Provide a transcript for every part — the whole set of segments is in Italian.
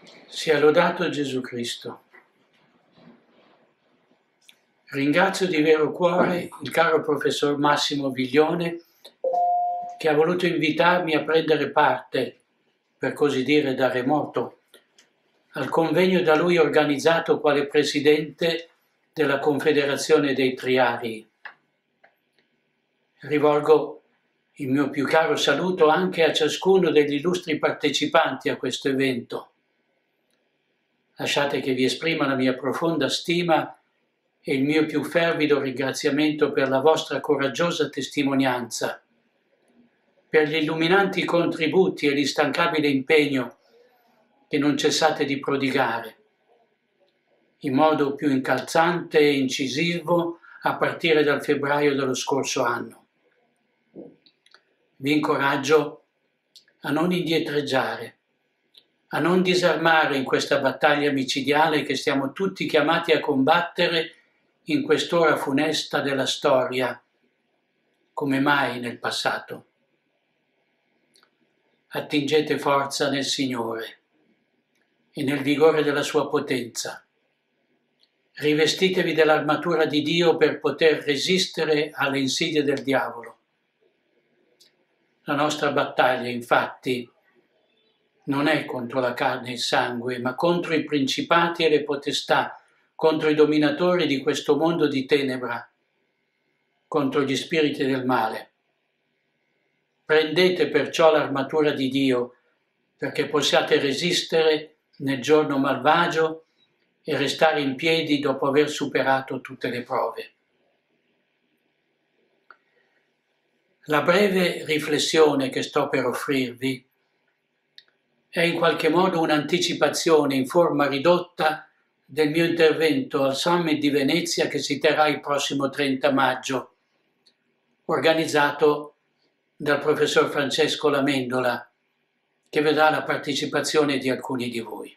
Sia lodato Gesù Cristo. Ringrazio di vero cuore il caro professor Massimo Viglione che ha voluto invitarmi a prendere parte, per così dire da remoto, al convegno da lui organizzato quale presidente della Confederazione dei Triarii. Rivolgo il mio più caro saluto anche a ciascuno degli illustri partecipanti a questo evento. Lasciate che vi esprima la mia profonda stima e il mio più fervido ringraziamento per la vostra coraggiosa testimonianza, per gli illuminanti contributi e l'instancabile impegno che non cessate di prodigare, in modo più incalzante e incisivo a partire dal febbraio dello scorso anno. Vi incoraggio a non indietreggiare, a non disarmare in questa battaglia micidiale che stiamo tutti chiamati a combattere in quest'ora funesta della storia, come mai nel passato. Attingete forza nel Signore e nel vigore della sua potenza. Rivestitevi dell'armatura di Dio per poter resistere alle insidie del diavolo. La nostra battaglia, infatti, non è contro la carne e il sangue, ma contro i principati e le potestà, contro i dominatori di questo mondo di tenebra, contro gli spiriti del male. Prendete perciò l'armatura di Dio, perché possiate resistere nel giorno malvagio e restare in piedi dopo aver superato tutte le prove. La breve riflessione che sto per offrirvi è in qualche modo un'anticipazione in forma ridotta del mio intervento al Summit di Venezia che si terrà il prossimo 30 maggio, organizzato dal professor Francesco Lamendola, che vedrà la partecipazione di alcuni di voi.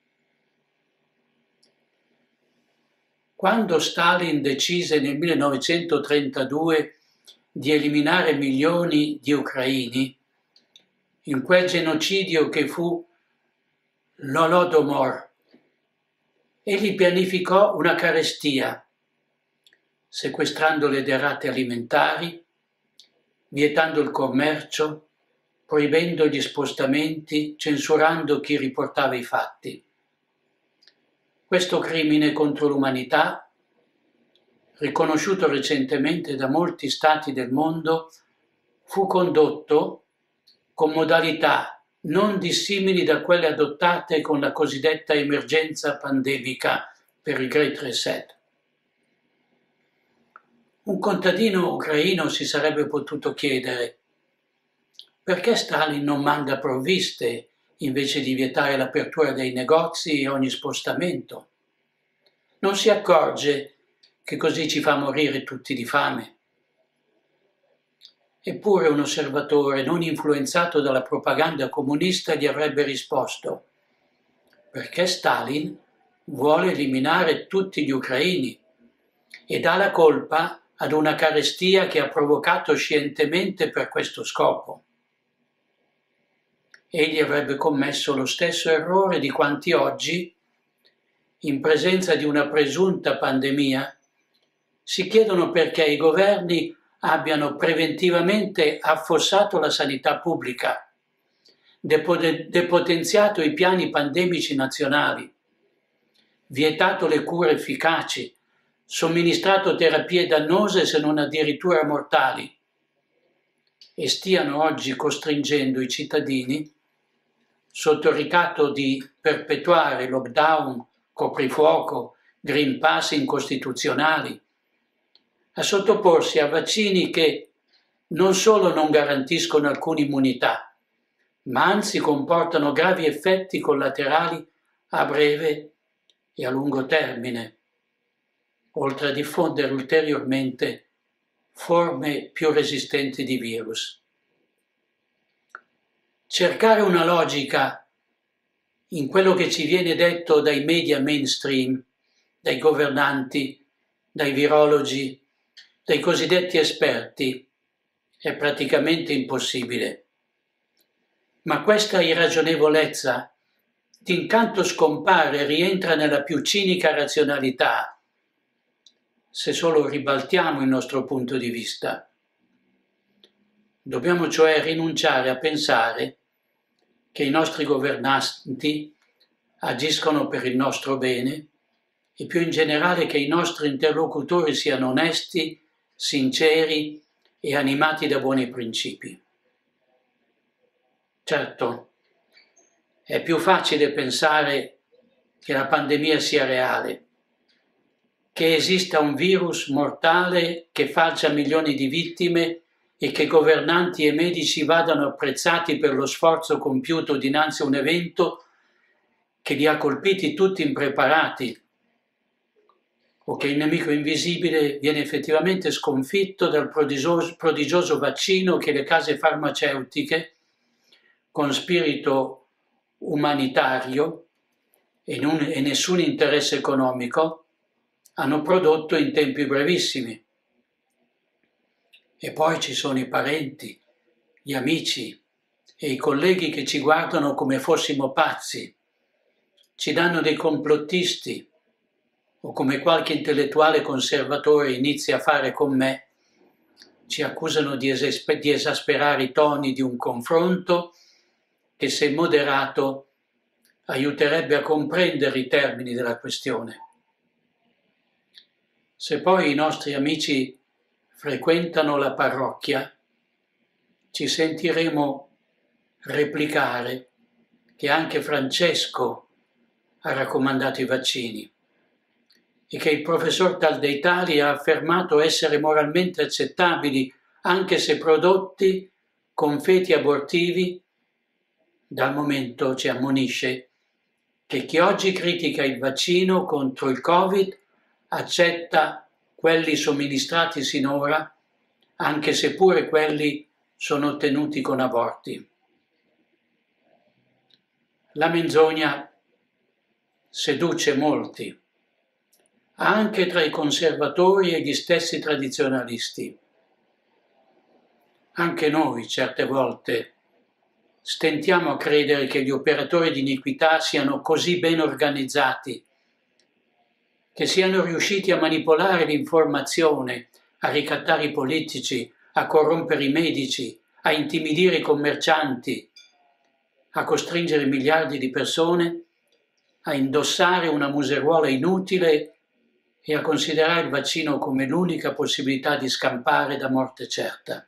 Quando Stalin decise nel 1932 di eliminare milioni di ucraini, in quel genocidio che fu l'Holodomor, egli pianificò una carestia, sequestrando le derrate alimentari, vietando il commercio, proibendo gli spostamenti, censurando chi riportava i fatti. Questo crimine contro l'umanità, riconosciuto recentemente da molti stati del mondo, fu condotto con modalità non dissimili da quelle adottate con la cosiddetta emergenza pandemica per il Great Reset. Un contadino ucraino si sarebbe potuto chiedere: perché Stalin non manda provviste invece di vietare l'apertura dei negozi e ogni spostamento? Non si accorge che così ci fa morire tutti di fame? Eppure un osservatore non influenzato dalla propaganda comunista gli avrebbe risposto: perché Stalin vuole eliminare tutti gli ucraini e dà la colpa ad una carestia che ha provocato scientemente per questo scopo. Egli avrebbe commesso lo stesso errore di quanti oggi, in presenza di una presunta pandemia, si chiedono perché i governi abbiano preventivamente affossato la sanità pubblica, depotenziato i piani pandemici nazionali, vietato le cure efficaci, somministrato terapie dannose se non addirittura mortali, e stiano oggi costringendo i cittadini, sotto il ricatto di perpetuare lockdown, coprifuoco, Green Pass incostituzionali, a sottoporsi a vaccini che non solo non garantiscono alcuna immunità, ma anzi comportano gravi effetti collaterali a breve e a lungo termine, oltre a diffondere ulteriormente forme più resistenti di virus. Cercare una logica in quello che ci viene detto dai media mainstream, dai governanti, dai virologi, dai cosiddetti esperti, è praticamente impossibile. Ma questa irragionevolezza d'incanto scompare e rientra nella più cinica razionalità, se solo ribaltiamo il nostro punto di vista. Dobbiamo cioè rinunciare a pensare che i nostri governanti agiscono per il nostro bene e più in generale che i nostri interlocutori siano onesti, sinceri e animati da buoni principi. Certo, è più facile pensare che la pandemia sia reale, che esista un virus mortale che faccia milioni di vittime e che governanti e medici vadano apprezzati per lo sforzo compiuto dinanzi a un evento che li ha colpiti tutti impreparati, o che il nemico invisibile viene effettivamente sconfitto dal prodigioso vaccino che le case farmaceutiche, con spirito umanitario e nessun interesse economico, hanno prodotto in tempi brevissimi. E poi ci sono i parenti, gli amici e i colleghi che ci guardano come fossimo pazzi, ci danno dei complottisti, o come qualche intellettuale conservatore inizia a fare con me, ci accusano di esasperare i toni di un confronto che, se moderato, aiuterebbe a comprendere i termini della questione. Se poi i nostri amici frequentano la parrocchia, ci sentiremo replicare che anche Francesco ha raccomandato i vaccini e che il professor tal dei tali ha affermato essere moralmente accettabili anche se prodotti con feti abortivi. Dal momento ci ammonisce che chi oggi critica il vaccino contro il Covid accetta quelli somministrati sinora, anche se pure quelli sono ottenuti con aborti. La menzogna seduce molti, anche tra i conservatori e gli stessi tradizionalisti. Anche noi, certe volte, stentiamo a credere che gli operatori di iniquità siano così ben organizzati, che siano riusciti a manipolare l'informazione, a ricattare i politici, a corrompere i medici, a intimidire i commercianti, a costringere miliardi di persone a indossare una museruola inutile e a considerare il vaccino come l'unica possibilità di scampare da morte certa.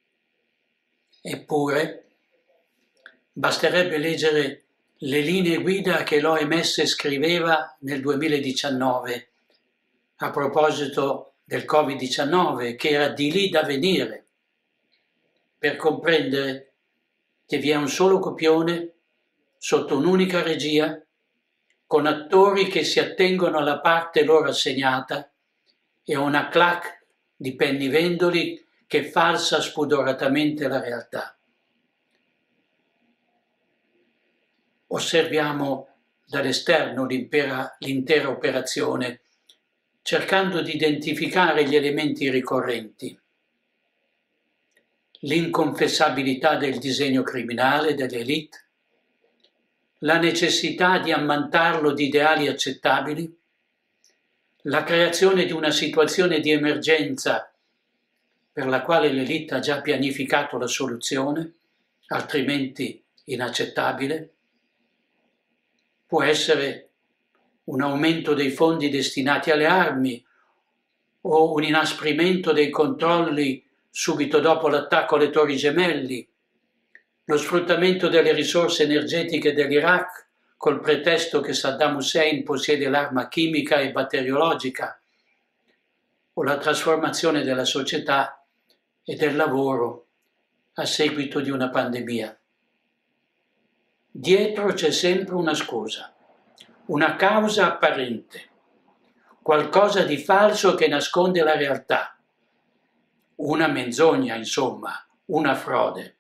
Eppure, basterebbe leggere le linee guida che l'OMS scriveva nel 2019 a proposito del Covid-19, che era di lì da venire, per comprendere che vi è un solo copione sotto un'unica regia, con attori che si attengono alla parte loro assegnata e una clac di pennivendoli che falsa spudoratamente la realtà. Osserviamo dall'esterno l'intera operazione, cercando di identificare gli elementi ricorrenti. L'inconfessabilità del disegno criminale dell'élite, la necessità di ammantarlo di ideali accettabili, la creazione di una situazione di emergenza per la quale l'élite ha già pianificato la soluzione, altrimenti inaccettabile. Può essere un aumento dei fondi destinati alle armi o un inasprimento dei controlli subito dopo l'attacco alle Torri Gemelli, lo sfruttamento delle risorse energetiche dell'Iraq col pretesto che Saddam Hussein possiede l'arma chimica e batteriologica, o la trasformazione della società e del lavoro a seguito di una pandemia. Dietro c'è sempre una scusa, una causa apparente, qualcosa di falso che nasconde la realtà, una menzogna, insomma, una frode.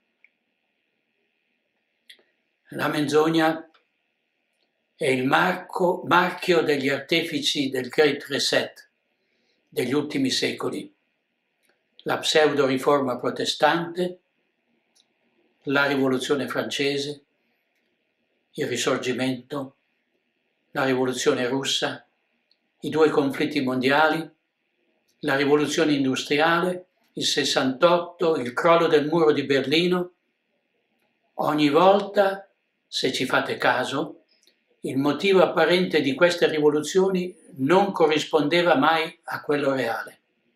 La menzogna è il marchio degli artefici del Great Reset degli ultimi secoli, la pseudo-riforma protestante, la rivoluzione francese, il Risorgimento, la Rivoluzione russa, i due conflitti mondiali, la Rivoluzione industriale, il 68, il crollo del muro di Berlino. Ogni volta, se ci fate caso, il motivo apparente di queste rivoluzioni non corrispondeva mai a quello reale.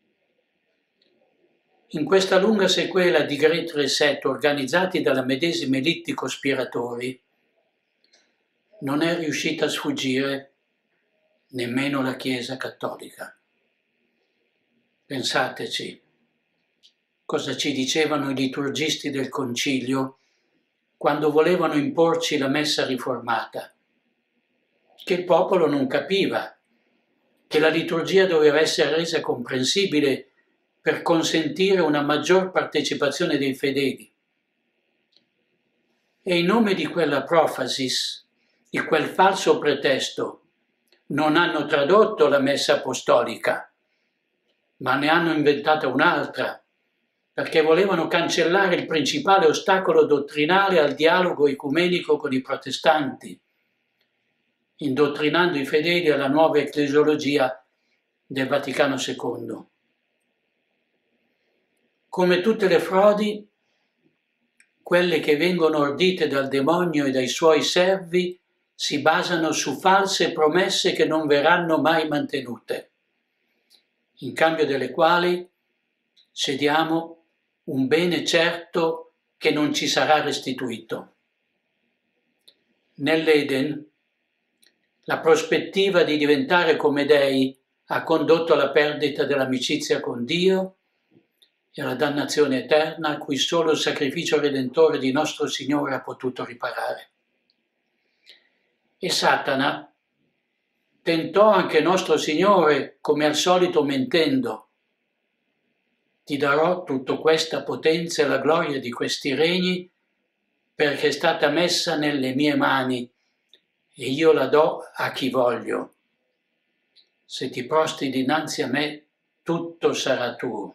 In questa lunga sequela di Great Reset organizzati dalla medesima elite cospiratori, non è riuscita a sfuggire nemmeno la Chiesa cattolica. Pensateci, cosa ci dicevano i liturgisti del Concilio quando volevano imporci la messa riformata? Che il popolo non capiva, che la liturgia doveva essere resa comprensibile per consentire una maggior partecipazione dei fedeli. E in nome di quella profasis, di quel falso pretesto, non hanno tradotto la messa apostolica, ma ne hanno inventata un'altra, perché volevano cancellare il principale ostacolo dottrinale al dialogo ecumenico con i protestanti, indottrinando i fedeli alla nuova ecclesiologia del Vaticano II. Come tutte le frodi, quelle che vengono ordite dal demonio e dai suoi servi si basano su false promesse che non verranno mai mantenute, in cambio delle quali cediamo un bene certo che non ci sarà restituito. Nell'Eden, la prospettiva di diventare come dei ha condotto alla perdita dell'amicizia con Dio e alla dannazione eterna a cui solo il sacrificio redentore di nostro Signore ha potuto riparare. E Satana tentò anche nostro Signore, come al solito mentendo: ti darò tutta questa potenza e la gloria di questi regni perché è stata messa nelle mie mani e io la do a chi voglio. Se ti prostri dinanzi a me, tutto sarà tuo.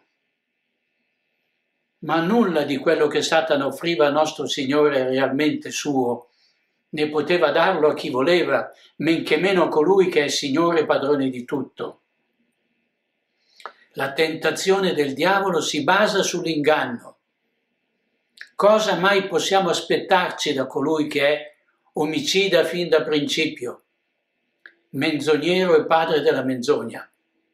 Ma nulla di quello che Satana offriva a nostro Signore è realmente suo, né poteva darlo a chi voleva, men che meno a colui che è Signore e padrone di tutto. La tentazione del diavolo si basa sull'inganno. Cosa mai possiamo aspettarci da colui che è omicida fin da principio, menzognero e padre della menzogna?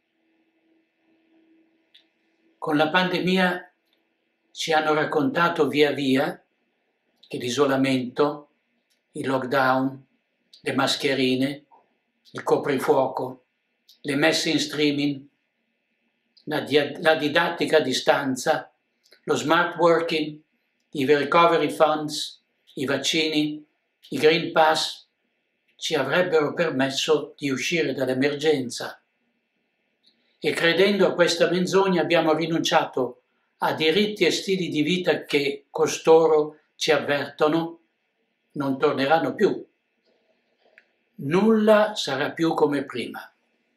Con la pandemia ci hanno raccontato via via che l'isolamento, il lockdown, le mascherine, il coprifuoco, le messe in streaming, la didattica a distanza, lo smart working, i recovery funds, i vaccini, i Green Pass ci avrebbero permesso di uscire dall'emergenza. E credendo a questa menzogna abbiamo rinunciato a diritti e stili di vita che costoro ci avvertono non torneranno più. Nulla sarà più come prima.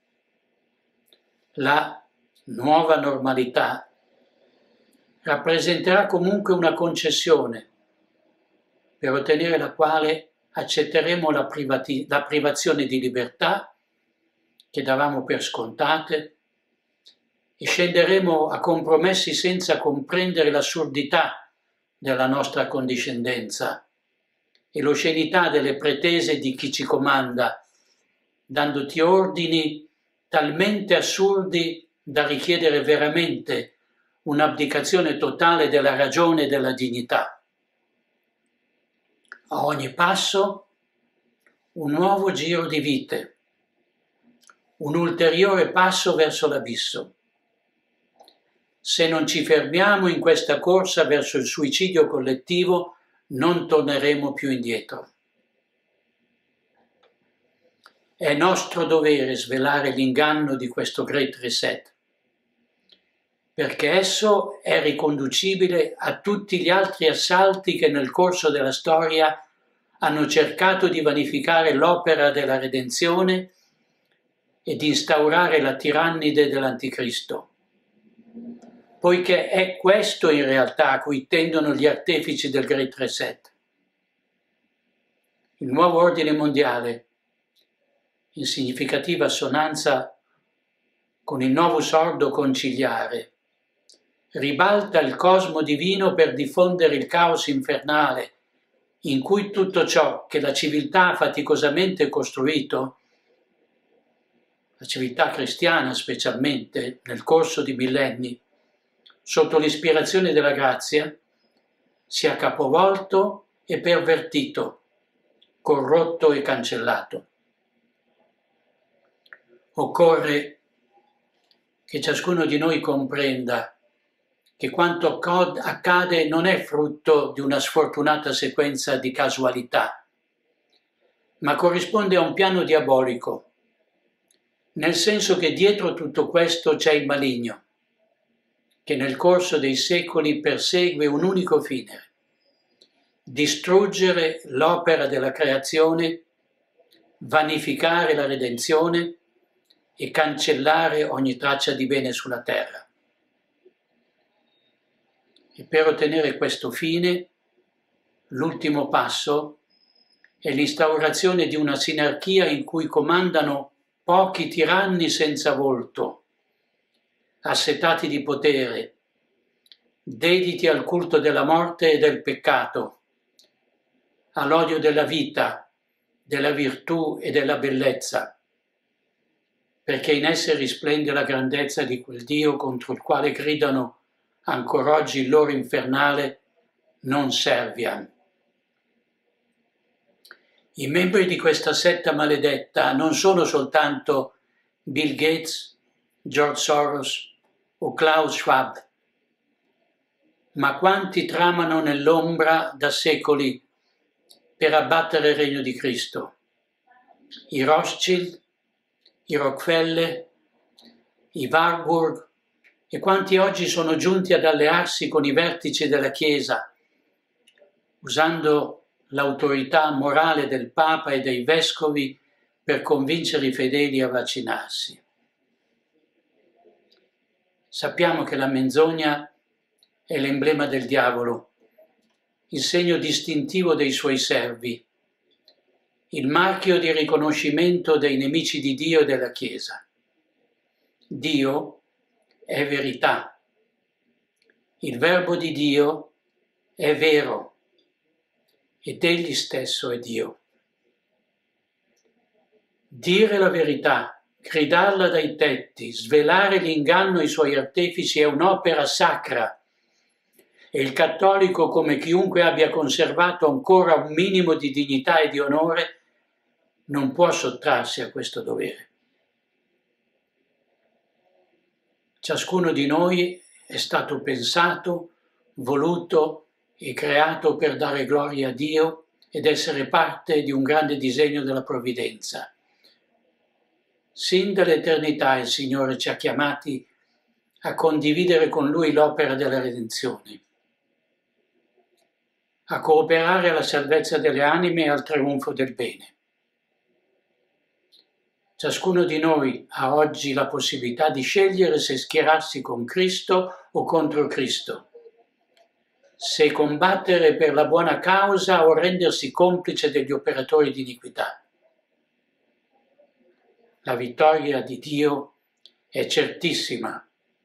La nuova normalità rappresenterà comunque una concessione, per ottenere la quale accetteremo la privazione di libertà che davamo per scontate e scenderemo a compromessi senza comprendere l'assurdità della nostra condiscendenza e l'oscenità delle pretese di chi ci comanda, dandoti ordini talmente assurdi da richiedere veramente un'abdicazione totale della ragione e della dignità. A ogni passo un nuovo giro di vite, un ulteriore passo verso l'abisso. Se non ci fermiamo in questa corsa verso il suicidio collettivo, non torneremo più indietro. È nostro dovere svelare l'inganno di questo Great Reset, perché esso è riconducibile a tutti gli altri assalti che nel corso della storia hanno cercato di vanificare l'opera della redenzione e di instaurare la tirannide dell'Anticristo, poiché è questo in realtà a cui tendono gli artefici del Great Reset. Il nuovo ordine mondiale, in significativa assonanza con il Novus Ordo Conciliare, ribalta il cosmo divino per diffondere il caos infernale in cui tutto ciò che la civiltà ha faticosamente costruito, la civiltà cristiana specialmente, nel corso di millenni, sotto l'ispirazione della grazia, sia capovolto e pervertito, corrotto e cancellato. Occorre che ciascuno di noi comprenda che quanto accade non è frutto di una sfortunata sequenza di casualità, ma corrisponde a un piano diabolico, nel senso che dietro tutto questo c'è il maligno, che nel corso dei secoli persegue un unico fine: distruggere l'opera della creazione, vanificare la redenzione e cancellare ogni traccia di bene sulla terra. E per ottenere questo fine, l'ultimo passo è l'instaurazione di una sinarchia in cui comandano pochi tiranni senza volto, assetati di potere, dediti al culto della morte e del peccato, all'odio della vita, della virtù e della bellezza, perché in esse risplende la grandezza di quel Dio contro il quale gridano ancora oggi il loro infernale non serviam. I membri di questa setta maledetta non sono soltanto Bill Gates, George Soros o Klaus Schwab, ma quanti tramano nell'ombra da secoli per abbattere il regno di Cristo: i Rothschild, i Rockefeller, i Warburg, e quanti oggi sono giunti ad allearsi con i vertici della Chiesa, usando l'autorità morale del Papa e dei Vescovi per convincere i fedeli a vaccinarsi. Sappiamo che la menzogna è l'emblema del diavolo, il segno distintivo dei suoi servi, il marchio di riconoscimento dei nemici di Dio e della Chiesa. Dio è verità. Il Verbo di Dio è vero ed Egli stesso è Dio. Dire la verità, gridarla dai tetti, svelare l'inganno ai suoi artefici è un'opera sacra e il cattolico, come chiunque abbia conservato ancora un minimo di dignità e di onore, non può sottrarsi a questo dovere. Ciascuno di noi è stato pensato, voluto e creato per dare gloria a Dio ed essere parte di un grande disegno della provvidenza. Sin dall'eternità il Signore ci ha chiamati a condividere con Lui l'opera della redenzione, a cooperare alla salvezza delle anime e al trionfo del bene. Ciascuno di noi ha oggi la possibilità di scegliere se schierarsi con Cristo o contro Cristo, se combattere per la buona causa o rendersi complice degli operatori di iniquità. La vittoria di Dio è certissima,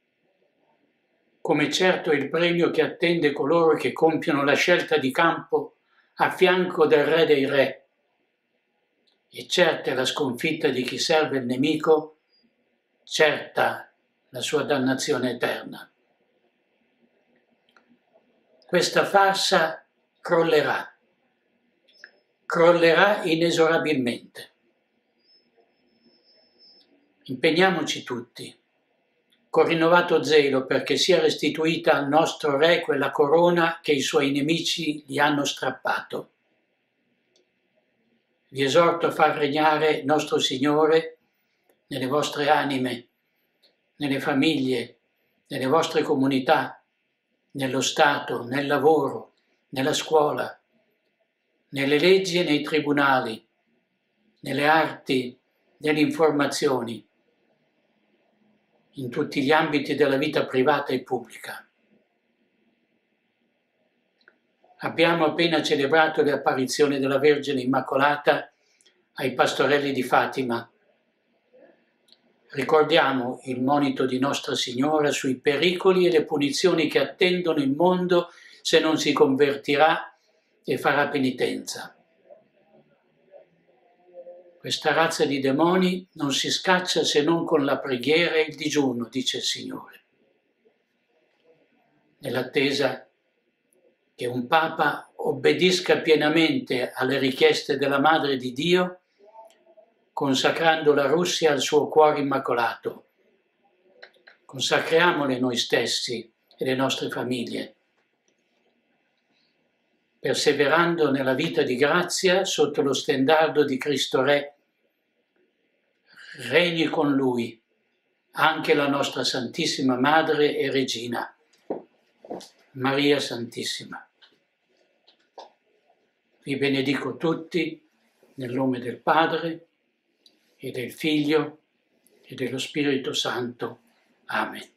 come certo è il premio che attende coloro che compiono la scelta di campo a fianco del Re dei Re. E certa è la sconfitta di chi serve il nemico, certa la sua dannazione eterna. Questa farsa crollerà inesorabilmente. Impegniamoci tutti, con rinnovato zelo, perché sia restituita al nostro Re quella corona che i suoi nemici gli hanno strappato. Vi esorto a far regnare nostro Signore nelle vostre anime, nelle famiglie, nelle vostre comunità, nello Stato, nel lavoro, nella scuola, nelle leggi e nei tribunali, nelle arti, nelle informazioni, in tutti gli ambiti della vita privata e pubblica. Abbiamo appena celebrato le apparizioni della Vergine Immacolata ai pastorelli di Fatima. Ricordiamo il monito di Nostra Signora sui pericoli e le punizioni che attendono il mondo se non si convertirà e farà penitenza. Questa razza di demoni non si scaccia se non con la preghiera e il digiuno, dice il Signore. Nell'attesa che un Papa obbedisca pienamente alle richieste della Madre di Dio, consacrando la Russia al suo cuore immacolato. Consacriamole noi stessi e le nostre famiglie, perseverando nella vita di grazia sotto lo stendardo di Cristo Re. Regni con Lui anche la nostra Santissima Madre e Regina, Maria Santissima. Vi benedico tutti nel nome del Padre e del Figlio e dello Spirito Santo. Amen.